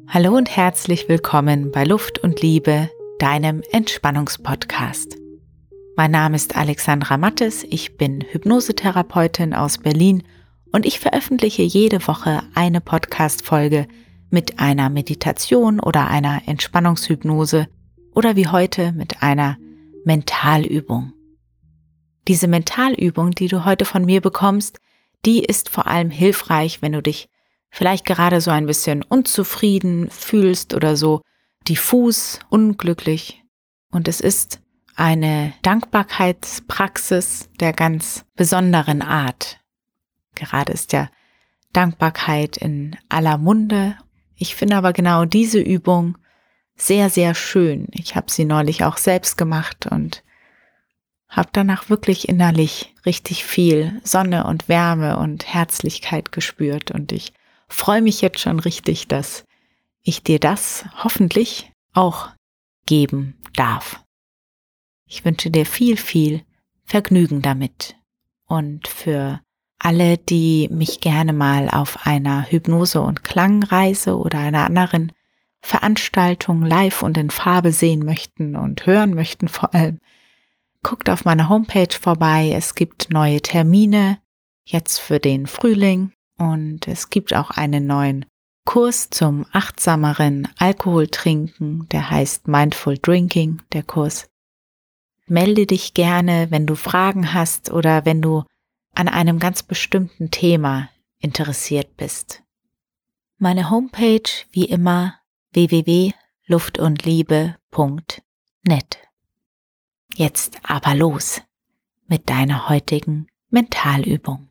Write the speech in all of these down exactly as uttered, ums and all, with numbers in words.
Hallo und herzlich willkommen bei Luft und Liebe, deinem Entspannungspodcast. Mein Name ist Alexandra Mattes, ich bin Hypnosetherapeutin aus Berlin und ich veröffentliche jede Woche eine Podcast-Folge mit einer Meditation oder einer Entspannungshypnose oder wie heute mit einer Mentalübung. Diese Mentalübung, die du heute von mir bekommst, die ist vor allem hilfreich, wenn du dich vielleicht gerade so ein bisschen unzufrieden fühlst oder so diffus, unglücklich. Und es ist eine Dankbarkeitspraxis der ganz besonderen Art. Gerade ist ja Dankbarkeit in aller Munde. Ich finde aber genau diese Übung sehr, sehr schön. Ich habe sie neulich auch selbst gemacht und habe danach wirklich innerlich richtig viel Sonne und Wärme und Herzlichkeit gespürt. Und ich freue mich jetzt schon richtig, dass ich dir das hoffentlich auch geben darf. Ich wünsche dir viel, viel Vergnügen damit. Und für alle, die mich gerne mal auf einer Hypnose- und Klangreise oder einer anderen Veranstaltung live und in Farbe sehen möchten und hören möchten vor allem, guckt auf meiner Homepage vorbei. Es gibt neue Termine jetzt für den Frühling und es gibt auch einen neuen Kurs zum achtsameren Alkoholtrinken, der heißt Mindful Drinking, der Kurs. Melde dich gerne, wenn du Fragen hast oder wenn du an einem ganz bestimmten Thema interessiert bist. Meine Homepage wie immer w w w punkt luft und liebe punkt net. Jetzt aber los mit deiner heutigen Mentalübung.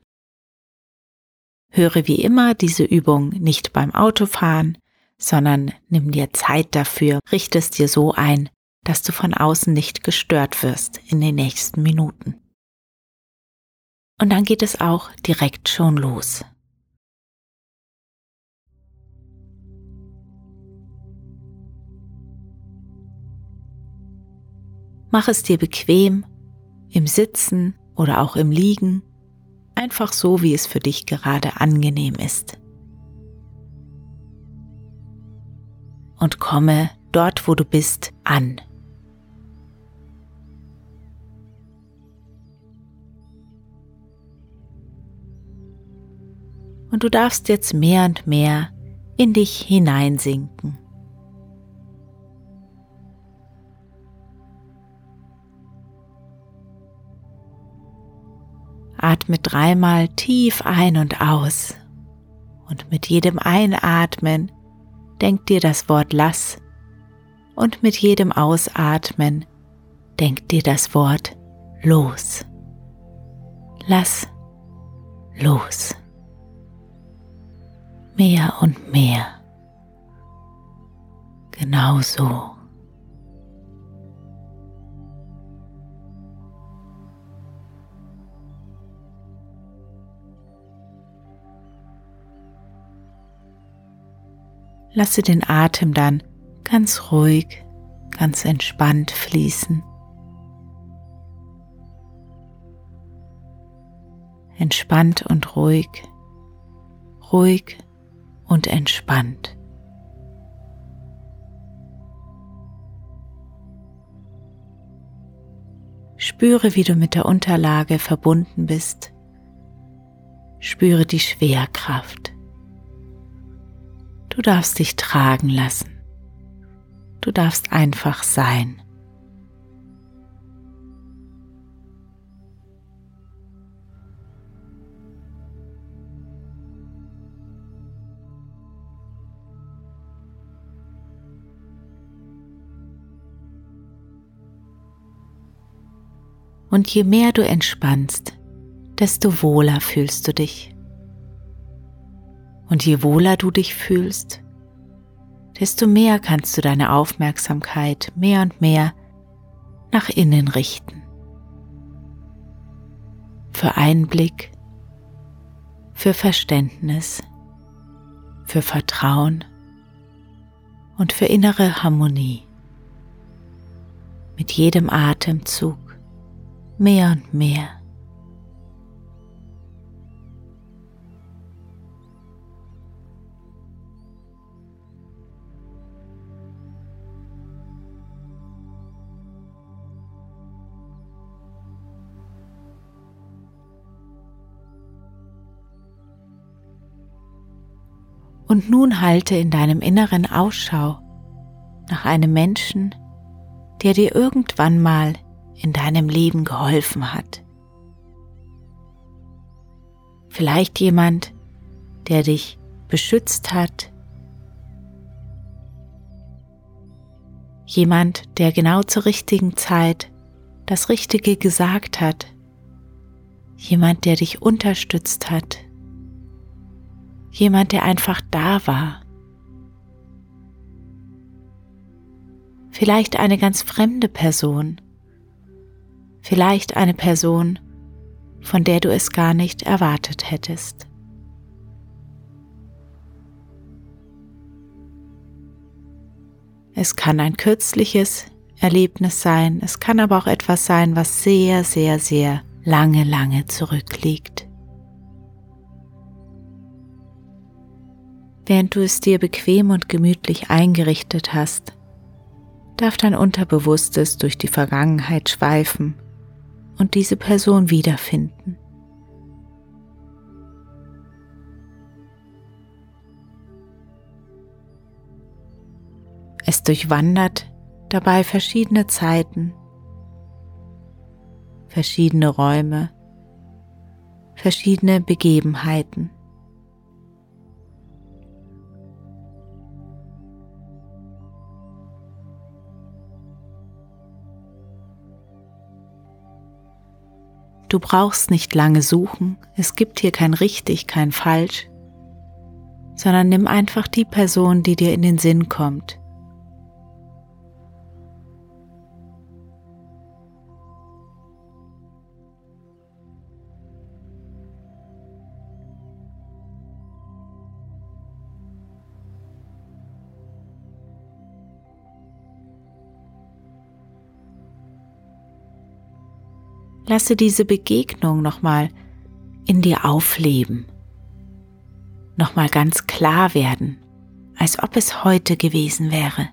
Höre wie immer diese Übung nicht beim Autofahren, sondern nimm dir Zeit dafür, richte es dir so ein, dass du von außen nicht gestört wirst in den nächsten Minuten. Und dann geht es auch direkt schon los. Mach es dir bequem, im Sitzen oder auch im Liegen, einfach so, wie es für dich gerade angenehm ist. Und komme dort, wo du bist, an. Und du darfst jetzt mehr und mehr in dich hineinsinken. Atme dreimal tief ein und aus. Und mit jedem Einatmen denk dir das Wort Lass. Und mit jedem Ausatmen denk dir das Wort Los. Lass los. Mehr und mehr. Genau so. Lasse den Atem dann ganz ruhig, ganz entspannt fließen. Entspannt und ruhig, ruhig und entspannt. Spüre, wie du mit der Unterlage verbunden bist. Spüre die Schwerkraft. Du darfst dich tragen lassen. Du darfst einfach sein. Und je mehr du entspannst, desto wohler fühlst du dich. Und je wohler du dich fühlst, desto mehr kannst du deine Aufmerksamkeit mehr und mehr nach innen richten. Für Einblick, für Verständnis, für Vertrauen und für innere Harmonie. Mit jedem Atemzug mehr und mehr. Und nun halte in deinem Inneren Ausschau nach einem Menschen, der dir irgendwann mal in deinem Leben geholfen hat. Vielleicht jemand, der dich beschützt hat. Jemand, der genau zur richtigen Zeit das Richtige gesagt hat. Jemand, der dich unterstützt hat. Jemand, der einfach da war. Vielleicht eine ganz fremde Person. Vielleicht eine Person, von der du es gar nicht erwartet hättest. Es kann ein kürzliches Erlebnis sein, es kann aber auch etwas sein, was sehr, sehr, sehr lange, lange zurückliegt. Während du es dir bequem und gemütlich eingerichtet hast, darf dein Unterbewusstes durch die Vergangenheit schweifen und diese Person wiederfinden. Es durchwandert dabei verschiedene Zeiten, verschiedene Räume, verschiedene Begebenheiten. Du brauchst nicht lange suchen, es gibt hier kein richtig, kein falsch, sondern nimm einfach die Person, die dir in den Sinn kommt. Lasse diese Begegnung nochmal in dir aufleben, nochmal ganz klar werden, als ob es heute gewesen wäre.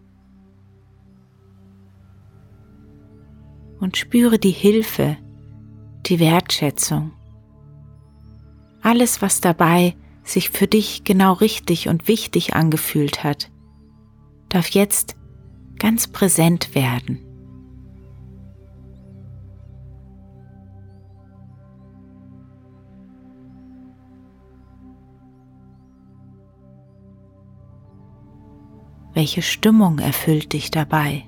Und spüre die Hilfe, die Wertschätzung, alles, was dabei sich für dich genau richtig und wichtig angefühlt hat, darf jetzt ganz präsent werden. Welche Stimmung erfüllt dich dabei?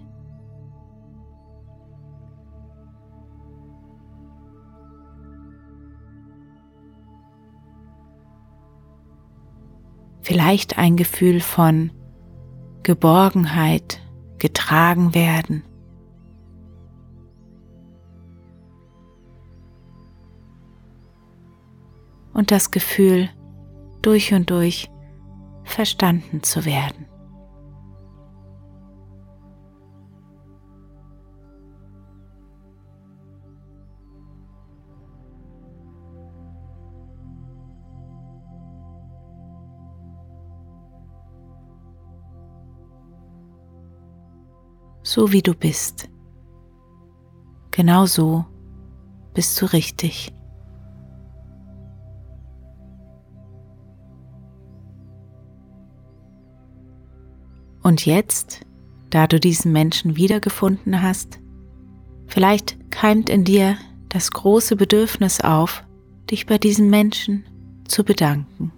Vielleicht ein Gefühl von Geborgenheit, getragen werden. Und das Gefühl, durch und durch verstanden zu werden. So wie du bist. Genau so bist du richtig. Und jetzt, da du diesen Menschen wiedergefunden hast, vielleicht keimt in dir das große Bedürfnis auf, dich bei diesem Menschen zu bedanken.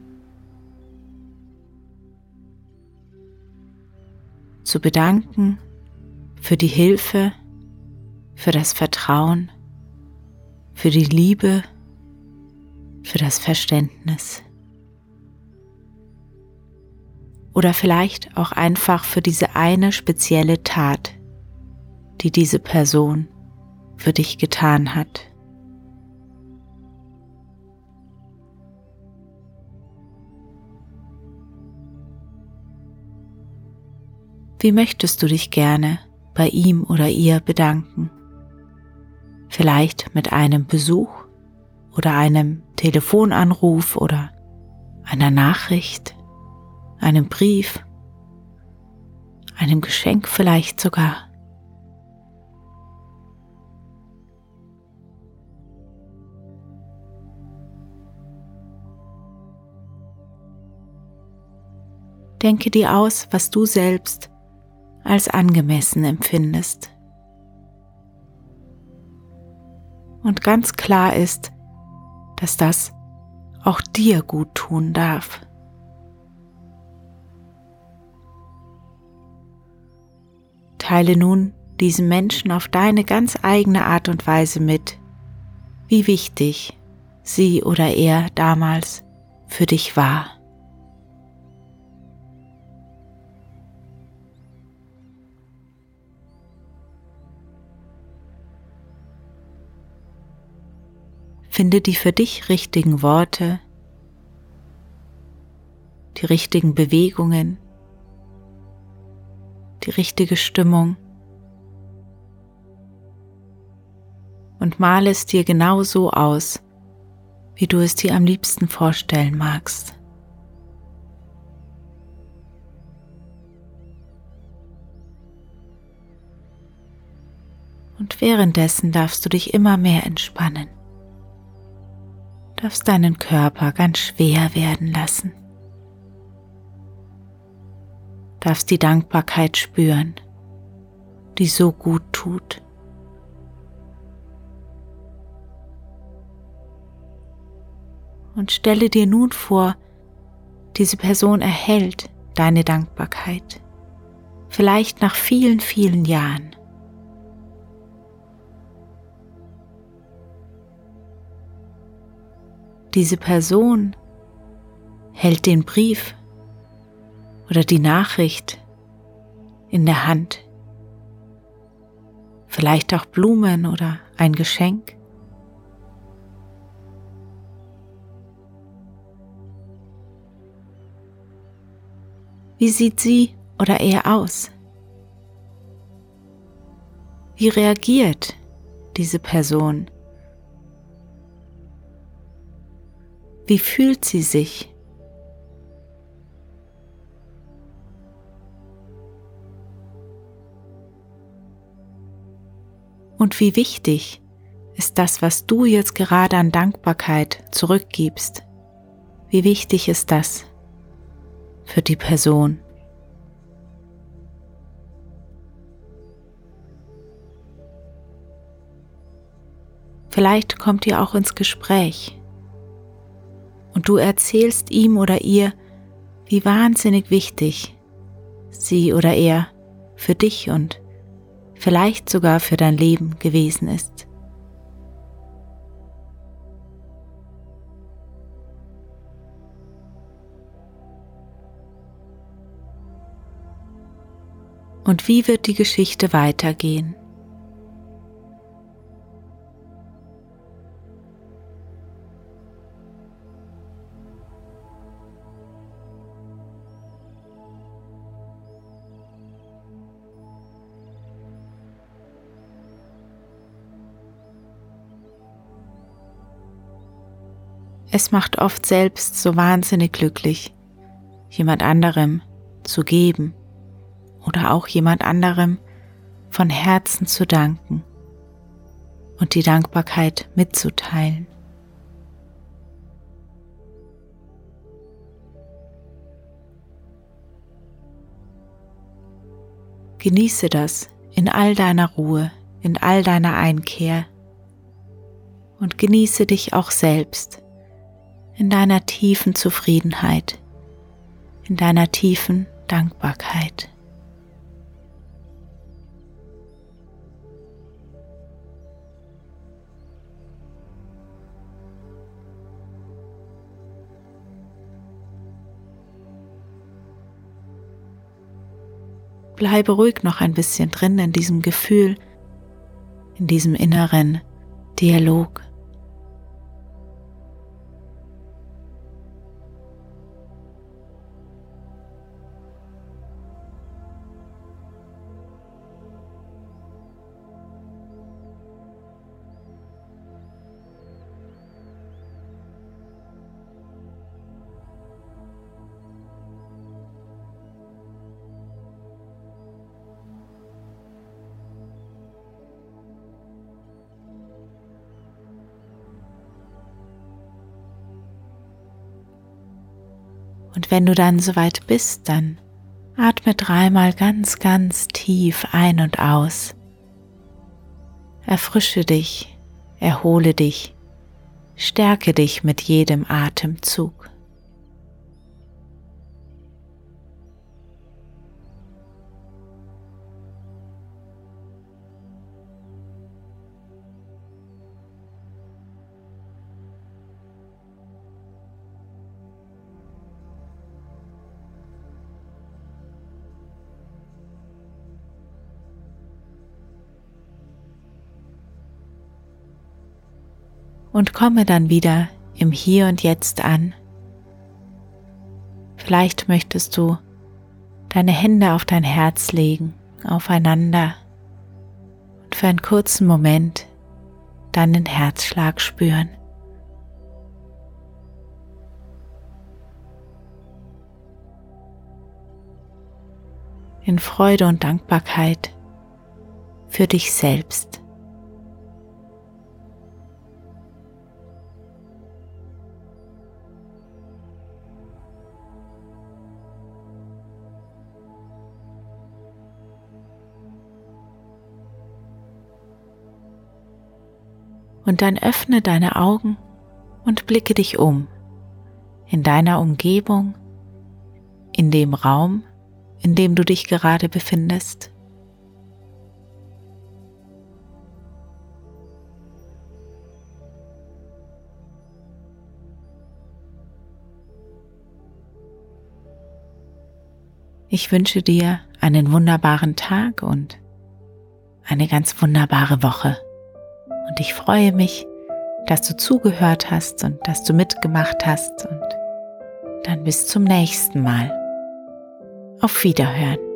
Zu bedanken für die Hilfe, für das Vertrauen, für die Liebe, für das Verständnis. Oder vielleicht auch einfach für diese eine spezielle Tat, die diese Person für dich getan hat. Wie möchtest du dich gerne bei ihm oder ihr bedanken? Vielleicht mit einem Besuch oder einem Telefonanruf oder einer Nachricht, einem Brief, einem Geschenk vielleicht sogar. Denke dir aus, was du selbst als angemessen empfindest. Und ganz klar ist, dass das auch dir gut tun darf. Teile nun diesem Menschen auf deine ganz eigene Art und Weise mit, wie wichtig sie oder er damals für dich war. Finde die für dich richtigen Worte, die richtigen Bewegungen, die richtige Stimmung und male es dir genau so aus, wie du es dir am liebsten vorstellen magst. Und währenddessen darfst du dich immer mehr entspannen. Darfst deinen Körper ganz schwer werden lassen. Darfst die Dankbarkeit spüren, die so gut tut. Und stelle dir nun vor, diese Person erhält deine Dankbarkeit, vielleicht nach vielen, vielen Jahren. Diese Person hält den Brief oder die Nachricht in der Hand, vielleicht auch Blumen oder ein Geschenk. Wie sieht sie oder er aus? Wie reagiert diese Person? Wie fühlt sie sich? Und wie wichtig ist das, was du jetzt gerade an Dankbarkeit zurückgibst? Wie wichtig ist das für die Person? Vielleicht kommt ihr auch ins Gespräch und du erzählst ihm oder ihr, wie wahnsinnig wichtig sie oder er für dich und vielleicht sogar für dein Leben gewesen ist. Und wie wird die Geschichte weitergehen? Es macht oft selbst so wahnsinnig glücklich, jemand anderem zu geben oder auch jemand anderem von Herzen zu danken und die Dankbarkeit mitzuteilen. Genieße das in all deiner Ruhe, in all deiner Einkehr und genieße dich auch selbst in deiner tiefen Zufriedenheit, in deiner tiefen Dankbarkeit. Bleibe ruhig noch ein bisschen drin in diesem Gefühl, in diesem inneren Dialog. Und wenn du dann soweit bist, dann atme dreimal ganz, ganz tief ein und aus. Erfrische dich, erhole dich, stärke dich mit jedem Atemzug. Und komme dann wieder im Hier und Jetzt an. Vielleicht möchtest du deine Hände auf dein Herz legen, aufeinander und für einen kurzen Moment deinen Herzschlag spüren. In Freude und Dankbarkeit für dich selbst. Und dann öffne deine Augen und blicke dich um, in deiner Umgebung, in dem Raum, in dem du dich gerade befindest. Ich wünsche dir einen wunderbaren Tag und eine ganz wunderbare Woche. Und ich freue mich, dass du zugehört hast und dass du mitgemacht hast. Und dann bis zum nächsten Mal. Auf Wiederhören.